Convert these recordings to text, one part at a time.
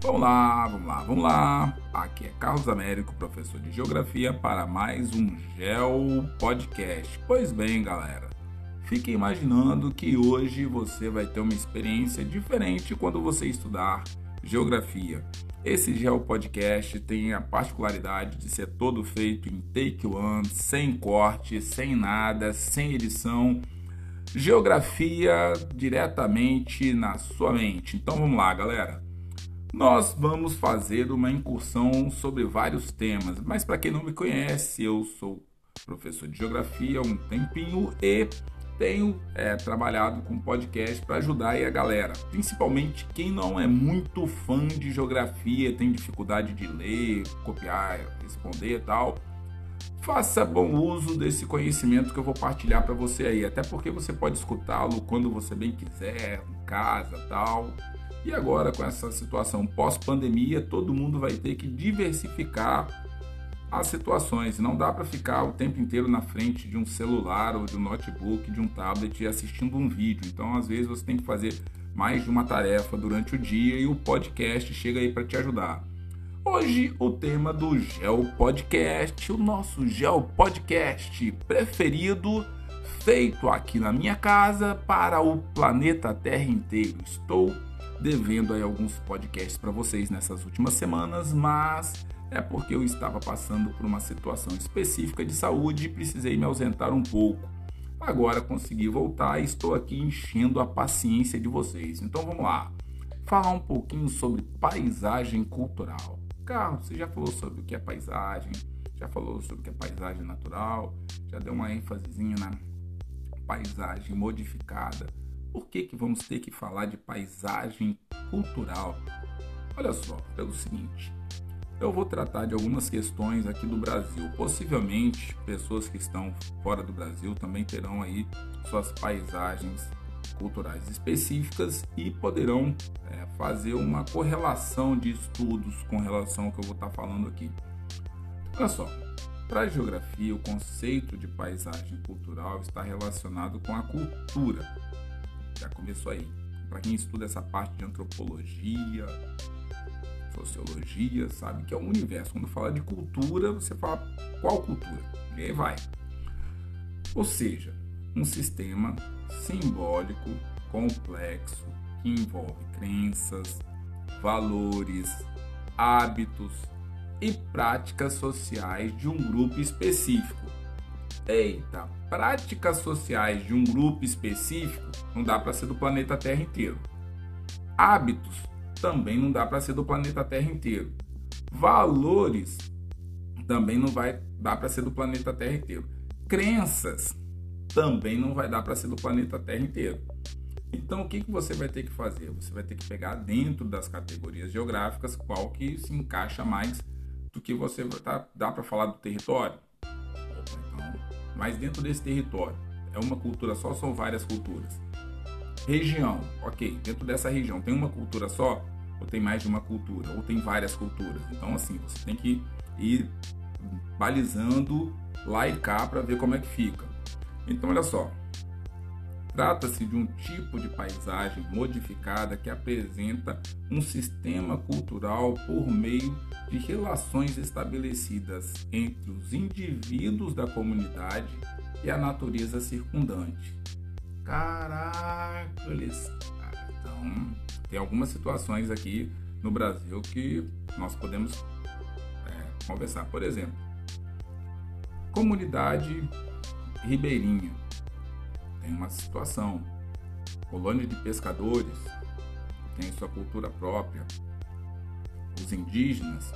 Vamos lá. Aqui é Carlos Américo, professor de Geografia, para mais um Geo Podcast. Pois bem, galera, fique imaginando que hoje você vai ter uma experiência diferente quando você estudar Geografia. Esse Geo Podcast tem a particularidade de ser todo feito em take one, sem corte, sem nada, sem edição. Geografia diretamente na sua mente. Então vamos lá, galera. Nós vamos fazer uma incursão sobre vários temas, mas para quem não me conhece, eu sou professor de Geografia há um tempinho e tenho trabalhado com podcast para ajudar aí a galera, principalmente quem não é muito fã de Geografia, tem dificuldade de ler, copiar, responder e tal. Faça bom uso desse conhecimento que eu vou partilhar para você aí, até porque você pode escutá-lo quando você bem quiser, em casa e tal. E agora, com essa situação pós-pandemia, todo mundo vai ter que diversificar as situações. Não dá para ficar o tempo inteiro na frente de um celular ou de um notebook, de um tablet assistindo um vídeo. Então, às vezes, você tem que fazer mais de uma tarefa durante o dia e o podcast chega aí para te ajudar. Hoje, o tema do Geo Podcast, o nosso Geo Podcast preferido, feito aqui na minha casa para o planeta Terra inteiro. Estou devendo aí alguns podcasts para vocês nessas últimas semanas, mas é porque eu estava passando por uma situação específica de saúde e precisei me ausentar um pouco. Agora consegui voltar e estou aqui enchendo a paciência de vocês. Então vamos lá, falar um pouquinho sobre paisagem cultural. Carlos, você já falou sobre o que é paisagem, já falou sobre o que é paisagem natural, já deu uma ênfasezinha na paisagem modificada. Por que vamos ter que falar de paisagem cultural? Olha só, pelo seguinte, eu vou tratar de algumas questões aqui do Brasil. Possivelmente, pessoas que estão fora do Brasil também terão aí suas paisagens culturais específicas e poderão fazer uma correlação de estudos com relação ao que eu vou estar falando aqui. Olha só, para a geografia, o conceito de paisagem cultural está relacionado com a cultura. Já começou aí. Para quem estuda essa parte de antropologia, sociologia, sabe que é um universo. Quando fala de cultura, você fala qual cultura? E aí vai. Ou seja, um sistema simbólico, complexo, que envolve crenças, valores, hábitos e práticas sociais de um grupo específico. Eita, práticas sociais de um grupo específico não dá para ser do planeta Terra inteiro. Hábitos também não dá para ser do planeta Terra inteiro. Valores também não vai dar para ser do planeta Terra inteiro. Crenças também não vai dar para ser do planeta Terra inteiro. Então, o que você vai ter que fazer? Você vai ter que pegar dentro das categorias geográficas qual que se encaixa mais do que você dá para falar do território. Mas dentro desse território, é uma cultura só ou são várias culturas? Região, ok, dentro dessa região tem uma cultura só? Ou tem mais de uma cultura? Ou tem várias culturas? Então assim, você tem que ir balizando lá e cá para ver como é que fica. Então olha só, trata-se de um tipo de paisagem modificada que apresenta um sistema cultural por meio de relações estabelecidas entre os indivíduos da comunidade e a natureza circundante. Caraca, então tem algumas situações aqui no Brasil que nós podemos conversar. Por exemplo, comunidade ribeirinha. Tem uma situação, colônia de pescadores, tem sua cultura própria, os indígenas,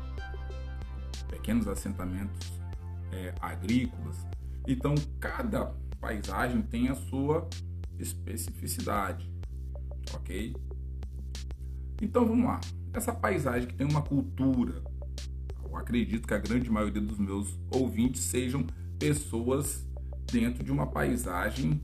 pequenos assentamentos agrícolas. Então, cada paisagem tem a sua especificidade, ok? Então, vamos lá. Essa paisagem que tem uma cultura, eu acredito que a grande maioria dos meus ouvintes sejam pessoas dentro de uma paisagem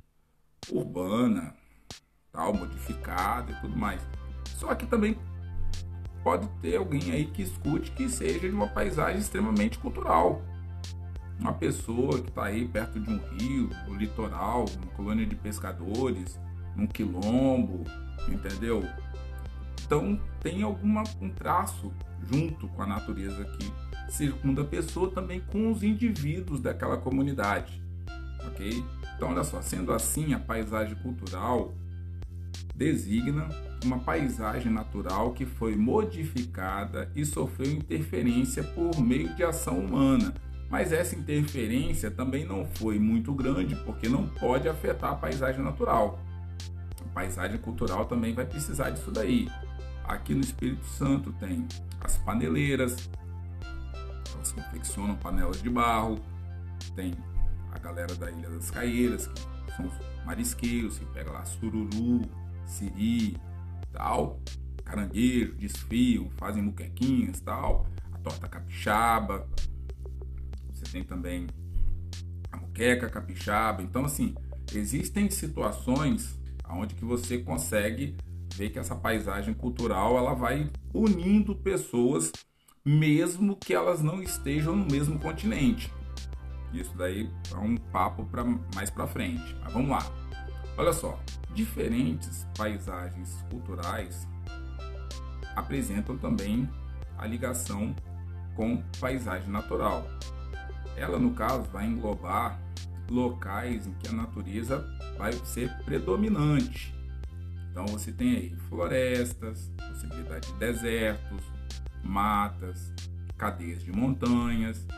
urbana, tal, modificada e tudo mais. Só que também pode ter alguém aí que escute que seja de uma paisagem extremamente cultural. Uma pessoa que está aí perto de um rio, no litoral, uma colônia de pescadores, num quilombo, entendeu? Então tem um traço junto com a natureza que circunda a pessoa, também com os indivíduos daquela comunidade, ok? Então olha só, sendo assim, a paisagem cultural designa uma paisagem natural que foi modificada e sofreu interferência por meio de ação humana. Mas essa interferência também não foi muito grande, porque não pode afetar a paisagem natural. A paisagem cultural também vai precisar disso daí. Aqui no Espírito Santo tem as paneleiras, elas confeccionam panelas de barro, tem a galera da Ilha das Caieiras, que são os marisqueiros, que pega lá sururu, siri, tal, caranguejo, desfiam, fazem muquequinhas, tal, a torta capixaba, você tem também a muqueca capixaba. Então, assim, existem situações onde que você consegue ver que essa paisagem cultural ela vai unindo pessoas, mesmo que elas não estejam no mesmo continente. Isso daí é um papo mais para frente, mas vamos lá. Olha só, diferentes paisagens culturais apresentam também a ligação com paisagem natural. Ela, no caso, vai englobar locais em que a natureza vai ser predominante. Então você tem aí florestas, possibilidade de desertos, matas, cadeias de montanhas.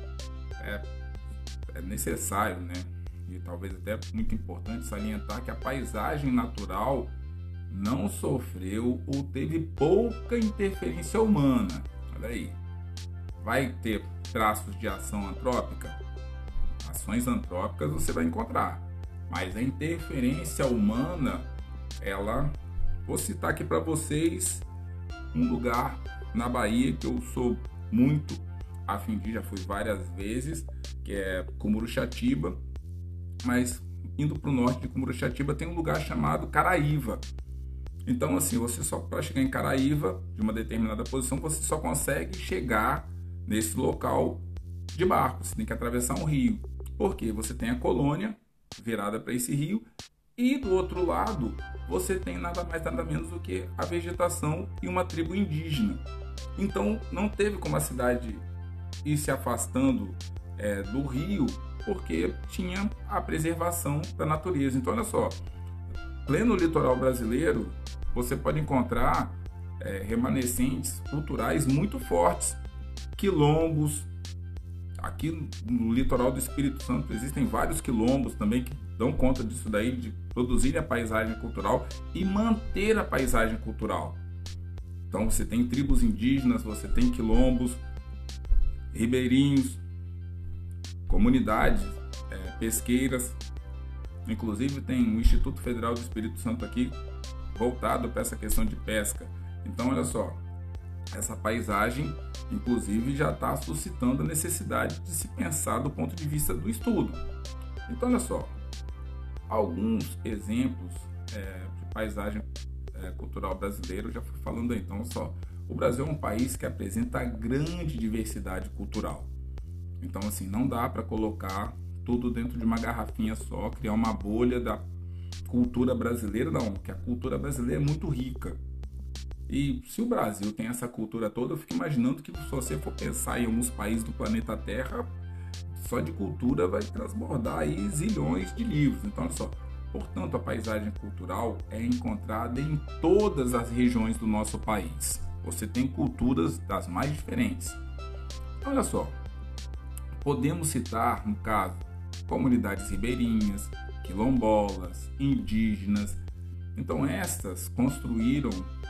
É necessário, né? E talvez até muito importante salientar que a paisagem natural não sofreu ou teve pouca interferência humana. Olha aí. Vai ter traços de ação antrópica? Ações antrópicas você vai encontrar. Mas a interferência humana, vou citar aqui para vocês um lugar na Bahia que eu sou muito afim de, já fui várias vezes, que é Cumuruxatiba. Mas indo para o norte de Cumuruxatiba tem um lugar chamado Caraíva. Então, assim, você só para chegar em Caraíva, de uma determinada posição, você só consegue chegar nesse local de barco. Você tem que atravessar um rio. Porque você tem a colônia virada para esse rio e do outro lado você tem nada mais nada menos do que a vegetação e uma tribo indígena. Então, não teve como a cidade ir se afastando do rio, porque tinha a preservação da natureza. Então, olha só, pleno litoral brasileiro, você pode encontrar remanescentes culturais muito fortes, quilombos. Aqui no litoral do Espírito Santo existem vários quilombos também que dão conta disso daí, de produzir a paisagem cultural e manter a paisagem cultural. Então você tem tribos indígenas, você tem quilombos, ribeirinhos, comunidades pesqueiras. Inclusive tem o Instituto Federal do Espírito Santo aqui voltado para essa questão de pesca. Então olha só, essa paisagem inclusive já está suscitando a necessidade de se pensar do ponto de vista do estudo. Então olha só, alguns exemplos de paisagem cultural brasileira, eu já fui falando aí. Então olha só, o Brasil é um país que apresenta grande diversidade cultural. Então assim, não dá para colocar tudo dentro de uma garrafinha só, criar uma bolha da cultura brasileira, não, porque a cultura brasileira é muito rica. E se o Brasil tem essa cultura toda, eu fico imaginando que se você for pensar em alguns países do planeta Terra, só de cultura vai transbordar aí zilhões de livros. Então, olha só, portanto, a paisagem cultural é encontrada em todas as regiões do nosso país. Você tem culturas das mais diferentes. Olha só, podemos citar, no caso, comunidades ribeirinhas, quilombolas, indígenas. Então, estas construíram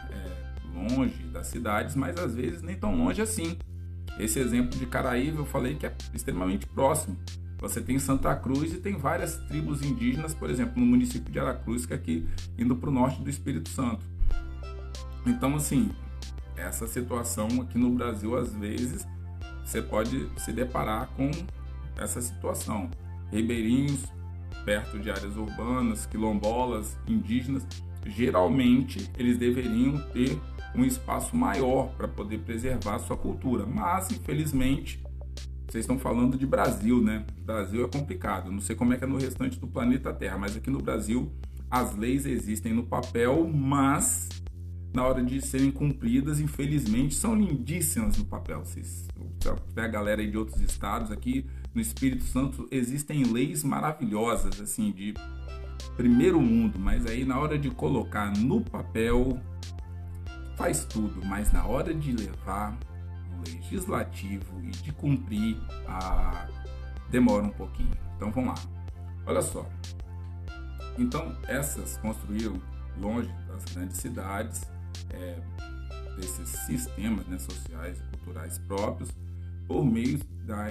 longe das cidades, mas às vezes nem tão longe assim. Esse exemplo de Caraíva eu falei que é extremamente próximo. Você tem Santa Cruz e tem várias tribos indígenas, por exemplo, no município de Aracruz, que é aqui indo para o norte do Espírito Santo. Então, assim, essa situação aqui no Brasil, às vezes, você pode se deparar com essa situação. Ribeirinhos, perto de áreas urbanas, quilombolas, indígenas, geralmente eles deveriam ter um espaço maior para poder preservar a sua cultura. Mas, infelizmente, vocês estão falando de Brasil, né? Brasil é complicado. Não sei como é que é no restante do planeta Terra, mas aqui no Brasil as leis existem no papel, mas na hora de serem cumpridas, infelizmente, são lindíssimas no papel. Se a galera aí de outros estados, aqui no Espírito Santo existem leis maravilhosas, assim, de primeiro mundo, mas aí na hora de colocar no papel faz tudo, mas na hora de levar o legislativo e de cumprir, demora um pouquinho. Então vamos lá, olha só. Então essas construíram longe das grandes cidades, desses sistemas, né, sociais e culturais próprios, por meio da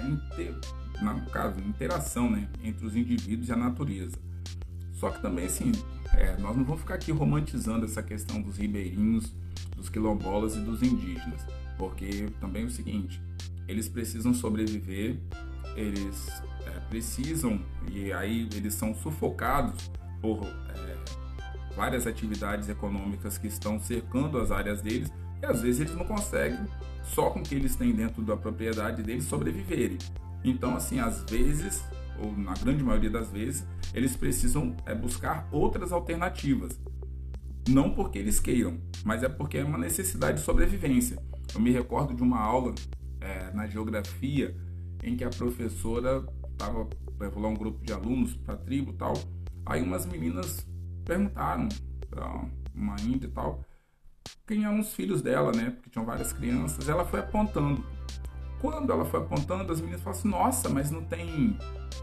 interação, né, entre os indivíduos e a natureza. Só que também, assim, nós não vamos ficar aqui romantizando essa questão dos ribeirinhos, dos quilombolas e dos indígenas, porque também é o seguinte, eles precisam sobreviver, eles precisam, e aí eles são sufocados por várias atividades econômicas que estão cercando as áreas deles, e às vezes eles não conseguem, só com o que eles têm dentro da propriedade deles, sobreviverem. Então, assim, às vezes, ou na grande maioria das vezes, eles precisam buscar outras alternativas. Não porque eles queiram, mas é porque é uma necessidade de sobrevivência. Eu me recordo de uma aula na geografia em que a professora levou lá um grupo de alunos para a tribo e tal. Aí umas meninas perguntaram para uma índia e tal quem eram os filhos dela, né? Porque tinham várias crianças. Ela foi apontando. Quando ela foi apontando, as meninas falaram assim: nossa, mas não tem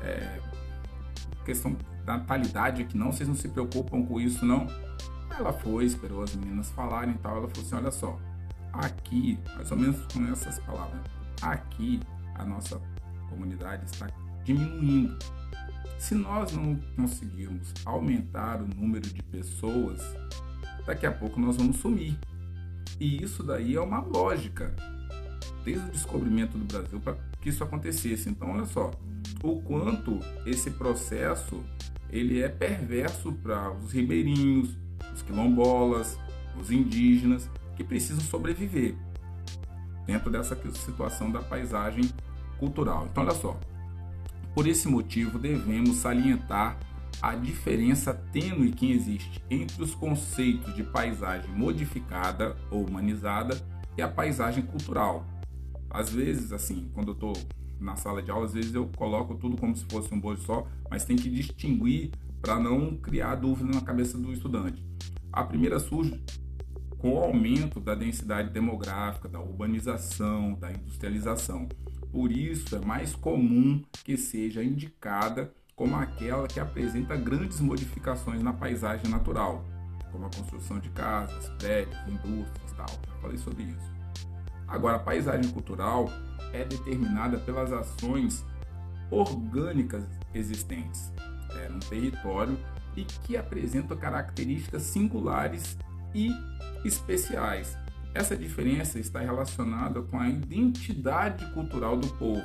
questão da natalidade aqui não? Vocês não se preocupam com isso não? Ela foi, esperou as meninas falarem e tal. Ela falou assim: olha só, aqui, mais ou menos com essas palavras, aqui a nossa comunidade está diminuindo. Se nós não conseguirmos aumentar o número de pessoas, daqui a pouco nós vamos sumir. E isso daí é uma lógica, desde o descobrimento do Brasil, para que isso acontecesse. Então, olha só, o quanto esse processo ele é perverso para os ribeirinhos, os quilombolas, os indígenas, que precisam sobreviver dentro dessa situação da paisagem cultural. Então, olha só, por esse motivo devemos salientar a diferença tênue que existe entre os conceitos de paisagem modificada ou humanizada e a paisagem cultural. Às vezes, assim, quando eu estou na sala de aula, às vezes eu coloco tudo como se fosse um bolo só, mas tem que distinguir para não criar dúvida na cabeça do estudante. A primeira surge com o aumento da densidade demográfica, da urbanização, da industrialização. Por isso, é mais comum que seja indicada como aquela que apresenta grandes modificações na paisagem natural, como a construção de casas, prédios, indústrias e tal. Já falei sobre isso. Agora, a paisagem cultural é determinada pelas ações orgânicas existentes no território e que apresentam características singulares e especiais. Essa diferença está relacionada com a identidade cultural do povo.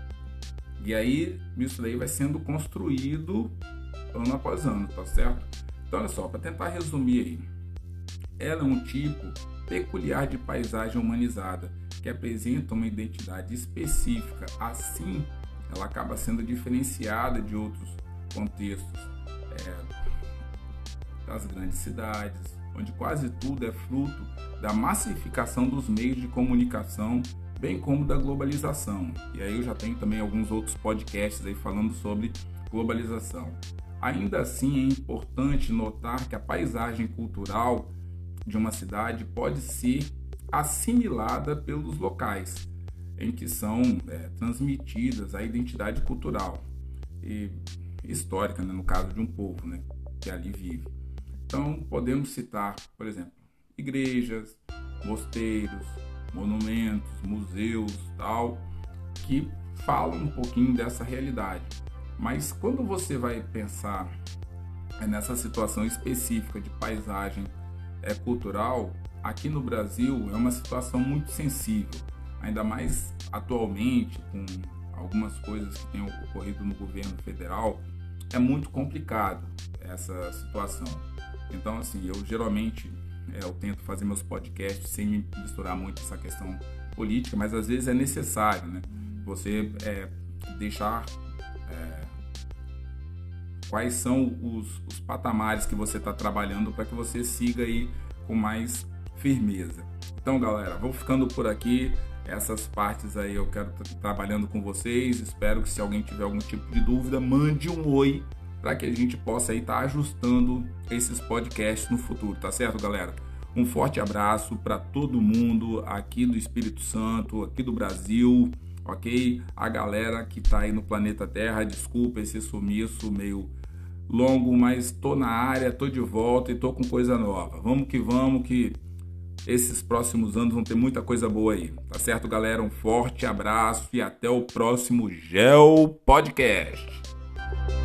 E aí, isso daí vai sendo construído ano após ano, tá certo? Então, olha só, para tentar resumir aí, ela é um tipo peculiar de paisagem humanizada, que apresenta uma identidade específica. Assim, ela acaba sendo diferenciada de outros contextos das grandes cidades, onde quase tudo é fruto da massificação dos meios de comunicação, bem como da globalização. E aí eu já tenho também alguns outros podcasts aí falando sobre globalização. Ainda assim, é importante notar que a paisagem cultural de uma cidade pode ser assimilada pelos locais, em que são transmitidas a identidade cultural e histórica, né, no caso de um povo, né, que ali vive. Então, podemos citar, por exemplo, igrejas, mosteiros, monumentos, museus, tal, que falam um pouquinho dessa realidade. Mas quando você vai pensar nessa situação específica de paisagem cultural, aqui no Brasil é uma situação muito sensível, ainda mais atualmente, com algumas coisas que têm ocorrido no governo federal, é muito complicado essa situação. Então, assim, eu geralmente eu tento fazer meus podcasts sem me misturar muito essa questão política, mas às vezes é necessário, né? Você deixar quais são os patamares que você está trabalhando para que você siga aí com mais firmeza. Então, galera, vou ficando por aqui. Essas partes aí eu quero estar trabalhando com vocês. Espero que, se alguém tiver algum tipo de dúvida, mande um oi para que a gente possa aí estar ajustando esses podcasts no futuro, tá certo, galera? Um forte abraço para todo mundo aqui do Espírito Santo, aqui do Brasil, ok? A galera que tá aí no planeta Terra, desculpa esse sumiço meio longo, mas tô na área, tô de volta e tô com coisa nova. Vamos, que esses próximos anos vão ter muita coisa boa aí, tá certo, galera? Um forte abraço e até o próximo Gel Podcast.